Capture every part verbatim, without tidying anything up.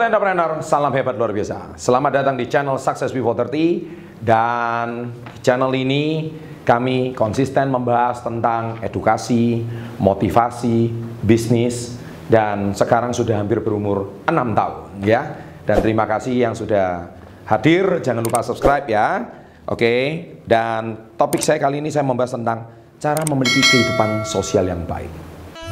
Sahabat entrepreneur, salam hebat luar biasa. Selamat datang di channel Success Before tiga puluh. Dan channel ini kami konsisten membahas tentang edukasi, motivasi, bisnis. Dan sekarang sudah hampir berumur enam tahun ya. Dan terima kasih yang sudah hadir. Jangan lupa subscribe ya. Oke. Dan topik saya kali ini saya membahas tentang cara memiliki kehidupan sosial yang baik.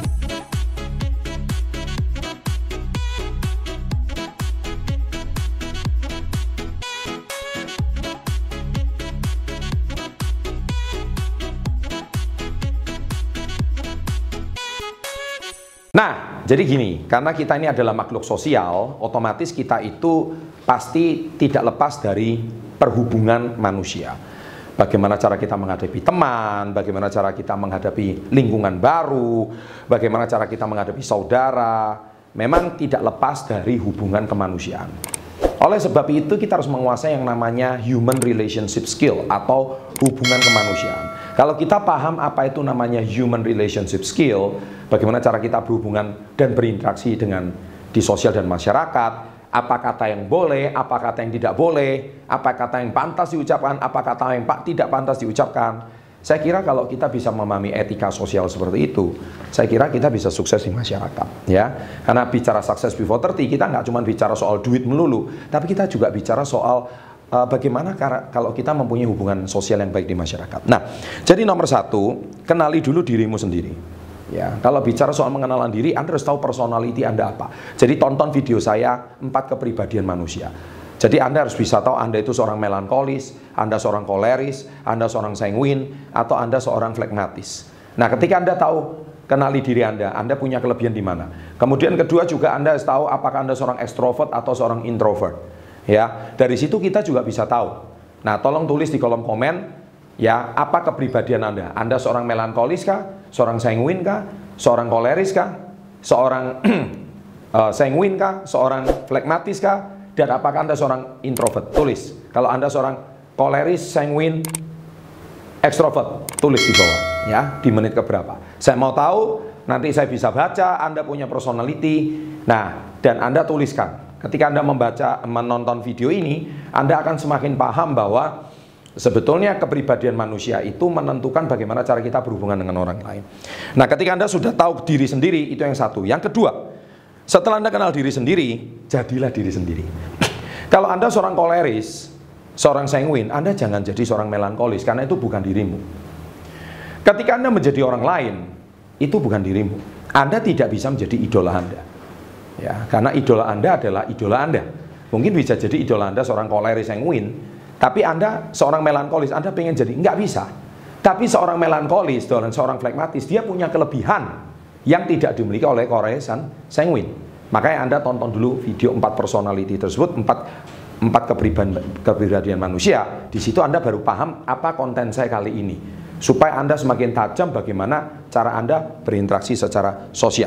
Nah, jadi gini, karena kita ini adalah makhluk sosial, otomatis kita itu pasti tidak lepas dari perhubungan manusia. Bagaimana cara kita menghadapi teman, bagaimana cara kita menghadapi lingkungan baru, bagaimana cara kita menghadapi saudara, memang tidak lepas dari hubungan kemanusiaan. Oleh sebab itu kita harus menguasai yang namanya human relationship skill atau hubungan kemanusiaan. Kalau kita paham apa itu namanya human relationship skill, bagaimana cara kita berhubungan dan berinteraksi dengan di sosial dan masyarakat, apa kata yang boleh, apa kata yang tidak boleh, apa kata yang pantas diucapkan, apa kata yang tidak pantas diucapkan. Saya kira kalau kita bisa memahami etika sosial seperti itu, saya kira kita bisa sukses di masyarakat, ya. Karena bicara sukses before tiga puluh, kita nggak cuma bicara soal duit melulu, tapi kita juga bicara soal uh, bagaimana kalau kita mempunyai hubungan sosial yang baik di masyarakat. Nah, jadi nomor satu, kenali dulu dirimu sendiri. Ya, kalau bicara soal mengenalan diri, Anda harus tahu personality Anda apa. Jadi tonton video saya empat kepribadian manusia. Jadi Anda harus bisa tahu Anda itu seorang melankolis, Anda seorang koleris, Anda seorang sanguin, atau Anda seorang flegmatis. Nah, ketika Anda tahu, kenali diri Anda, Anda punya kelebihan di mana. Kemudian kedua juga Anda harus tahu apakah Anda seorang extrovert atau seorang introvert. Ya, dari situ kita juga bisa tahu. Nah, tolong tulis di kolom komen, ya, apa kepribadian Anda. Anda seorang melankolis kah? Seorang sanguin kah? Seorang koleris kah? Seorang uh, sanguin kah? Seorang flegmatis kah? Dan apakah Anda seorang introvert? Tulis. Kalau Anda seorang koleris, sanguin, extrovert, tulis di bawah ya, di menit keberapa. Saya mau tahu, nanti saya bisa baca Anda punya personality. Nah, dan Anda tuliskan. Ketika Anda membaca, menonton video ini, Anda akan semakin paham bahwa sebetulnya kepribadian manusia itu menentukan bagaimana cara kita berhubungan dengan orang lain. Nah, ketika Anda sudah tahu diri sendiri, itu yang satu. Yang kedua, setelah Anda kenal diri sendiri, jadilah diri sendiri. Kalau Anda seorang koleris, seorang sanguin, Anda jangan jadi seorang melankolis, karena itu bukan dirimu. Ketika Anda menjadi orang lain, itu bukan dirimu. Anda tidak bisa menjadi idola Anda. Ya, karena idola Anda adalah idola Anda. Mungkin bisa jadi idola Anda seorang koleris sanguin, tapi Anda seorang melankolis, Anda pengen jadi, nggak bisa. Tapi seorang melankolis dan seorang flegmatis, dia punya kelebihan yang tidak dimiliki oleh koleris sanguin. Makanya Anda tonton dulu video empat personality tersebut, empat, empat kepribadian, kepribadian manusia. Di situ Anda baru paham apa konten saya kali ini. Supaya Anda semakin tajam bagaimana cara Anda berinteraksi secara sosial.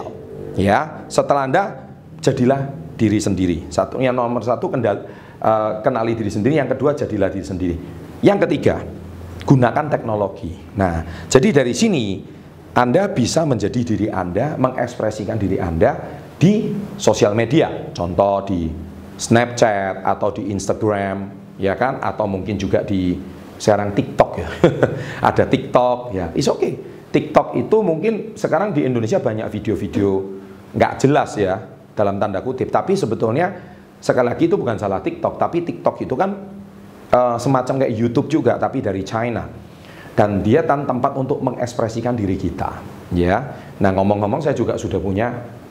Ya, setelah Anda, jadilah diri sendiri. Satu, yang nomor satu, kendal, uh, kenali diri sendiri. Yang kedua, jadilah diri sendiri. Yang ketiga, gunakan teknologi. Nah, jadi dari sini Anda bisa menjadi diri Anda, mengekspresikan diri Anda di sosial media. Contoh di Snapchat atau di Instagram, ya kan? Atau mungkin juga di sekarang TikTok ya. Ada TikTok, ya. It's okay. TikTok itu mungkin sekarang di Indonesia banyak video-video nggak jelas ya, dalam tanda kutip. Tapi sebetulnya sekali lagi itu bukan salah TikTok, tapi TikTok itu kan uh, semacam kayak YouTube juga, tapi dari China. Dan dia kan tempat untuk mengekspresikan diri kita, ya. Nah, ngomong-ngomong, saya juga sudah punya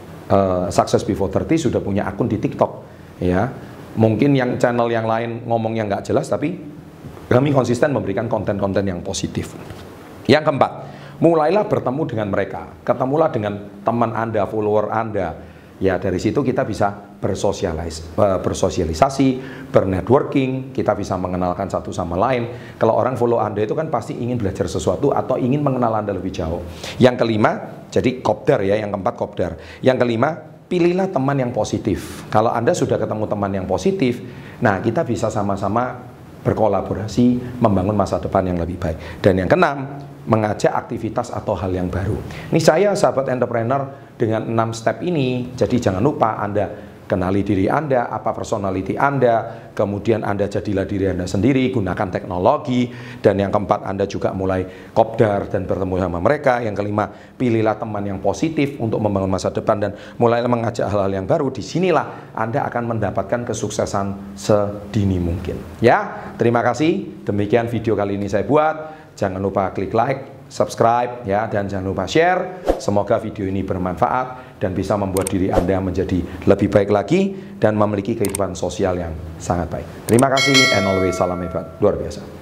uh, Success Before tiga puluh, sudah punya akun di TikTok, ya. Mungkin yang channel yang lain ngomongnya nggak jelas, tapi kami konsisten memberikan konten-konten yang positif. Yang keempat, mulailah bertemu dengan mereka, ketemulah dengan teman Anda, follower Anda. Ya, dari situ kita bisa bersosialis, bersosialisasi, bernetworking, kita bisa mengenalkan satu sama lain. Kalau orang follow Anda itu kan pasti ingin belajar sesuatu atau ingin mengenal Anda lebih jauh. Yang kelima, jadi kopdar ya, yang keempat kopdar. Yang kelima, pilihlah teman yang positif. Kalau Anda sudah ketemu teman yang positif, nah kita bisa sama-sama berkolaborasi, membangun masa depan yang lebih baik. Dan yang keenam, mengajak aktivitas atau hal yang baru. Ini saya sahabat entrepreneur dengan enam step ini, jadi jangan lupa Anda kenali diri Anda, apa personality Anda, kemudian Anda jadilah diri Anda sendiri, gunakan teknologi, dan yang keempat Anda juga mulai kopdar dan bertemu sama mereka. Yang kelima, pilihlah teman yang positif untuk membangun masa depan dan mulailah mengajak hal-hal yang baru. Disinilah Anda akan mendapatkan kesuksesan sedini mungkin. Ya, terima kasih. Demikian video kali ini saya buat. Jangan lupa klik like, subscribe, ya, dan jangan lupa share. Semoga video ini bermanfaat dan bisa membuat diri Anda menjadi lebih baik lagi dan memiliki kehidupan sosial yang sangat baik. Terima kasih, and always salam hebat, luar biasa.